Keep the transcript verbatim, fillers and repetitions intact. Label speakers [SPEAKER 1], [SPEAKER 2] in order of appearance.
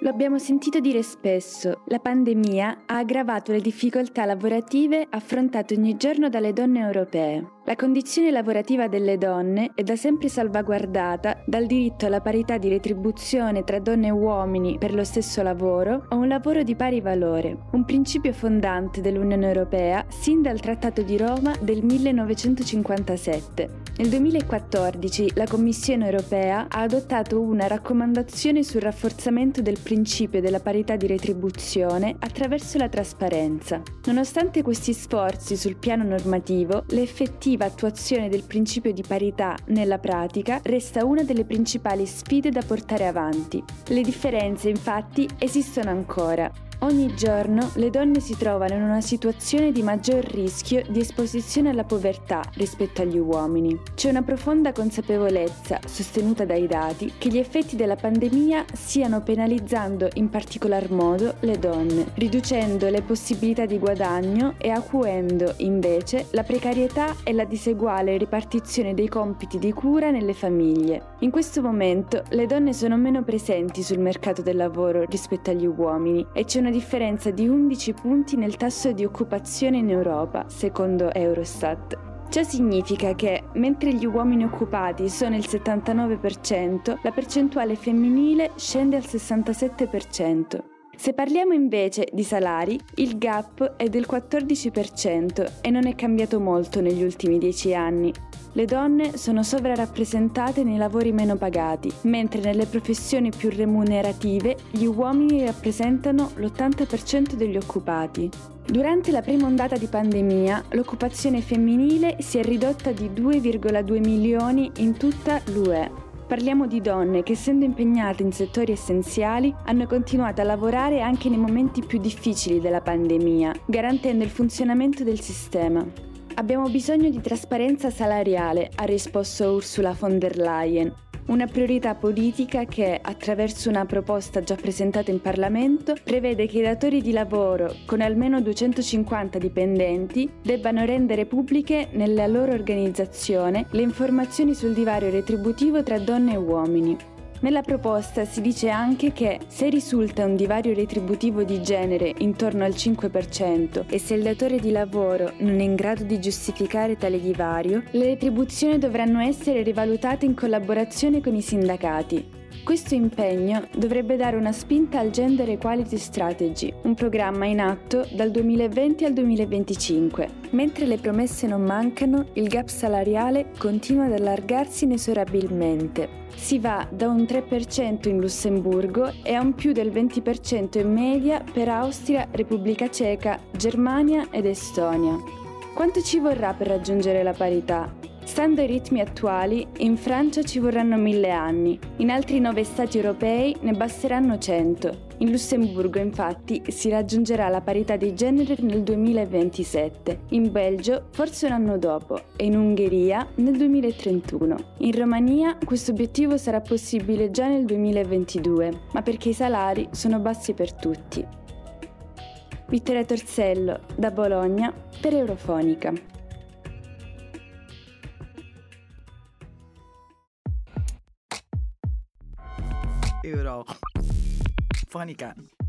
[SPEAKER 1] Lo abbiamo sentito dire spesso, la pandemia ha aggravato le difficoltà lavorative affrontate ogni giorno dalle donne europee. La condizione lavorativa delle donne è da sempre salvaguardata dal diritto alla parità di retribuzione tra donne e uomini per lo stesso lavoro o un lavoro di pari valore, un principio fondante dell'Unione Europea sin dal Trattato di Roma del millenovecentocinquantasette. Nel duemilaquattordici la Commissione Europea ha adottato una raccomandazione sul rafforzamento del principio della parità di retribuzione attraverso la trasparenza. Nonostante questi sforzi sul piano normativo, l'effettiva attuazione del principio di parità nella pratica resta una delle principali sfide da portare avanti. Le differenze, infatti, esistono ancora. Ogni giorno le donne si trovano in una situazione di maggior rischio di esposizione alla povertà rispetto agli uomini. C'è una profonda consapevolezza, sostenuta dai dati, che gli effetti della pandemia stiano penalizzando in particolar modo le donne, riducendo le possibilità di guadagno e acuendo, invece, la precarietà e la diseguale ripartizione dei compiti di cura nelle famiglie. In questo momento le donne sono meno presenti sul mercato del lavoro rispetto agli uomini e c'è una differenza di undici punti nel tasso di occupazione in Europa, secondo Eurostat. Ciò significa che, mentre gli uomini occupati sono il settantanove per cento, la percentuale femminile scende al sessantasette per cento. Se parliamo invece di salari, il gap è del quattordici per cento e non è cambiato molto negli ultimi dieci anni. Le donne sono sovrarappresentate nei lavori meno pagati, mentre nelle professioni più remunerative gli uomini rappresentano l'ottanta per cento degli occupati. Durante la prima ondata di pandemia, l'occupazione femminile si è ridotta di due virgola due milioni in tutta l'U E. Parliamo di donne che, essendo impegnate in settori essenziali, hanno continuato a lavorare anche nei momenti più difficili della pandemia, garantendo il funzionamento del sistema. Abbiamo bisogno di trasparenza salariale, ha risposto Ursula von der Leyen, una priorità politica che, attraverso una proposta già presentata in Parlamento, prevede che i datori di lavoro con almeno duecentocinquanta dipendenti debbano rendere pubbliche nella loro organizzazione le informazioni sul divario retributivo tra donne e uomini. Nella proposta si dice anche che se risulta un divario retributivo di genere intorno al cinque per cento e se il datore di lavoro non è in grado di giustificare tale divario, le retribuzioni dovranno essere rivalutate in collaborazione con i sindacati. Questo impegno dovrebbe dare una spinta al Gender Equality Strategy, un programma in atto dal duemilaventi al duemilaventicinque. Mentre le promesse non mancano, il gap salariale continua ad allargarsi inesorabilmente. Si va da un tre per cento in Lussemburgo e a un più del venti per cento in media per Austria, Repubblica Ceca, Germania ed Estonia. Quanto ci vorrà per raggiungere la parità? Stando ai ritmi attuali, in Francia ci vorranno mille anni, in altri nove stati europei ne basteranno cento. In Lussemburgo, infatti, si raggiungerà la parità di genere nel duemilaventisette, in Belgio forse un anno dopo e in Ungheria nel duemilatrentuno. In Romania questo obiettivo sarà possibile già nel duemilaventidue, ma perché i salari sono bassi per tutti. Vittoria Torsello, da Bologna, per Eurofonica.
[SPEAKER 2] Eurofonica.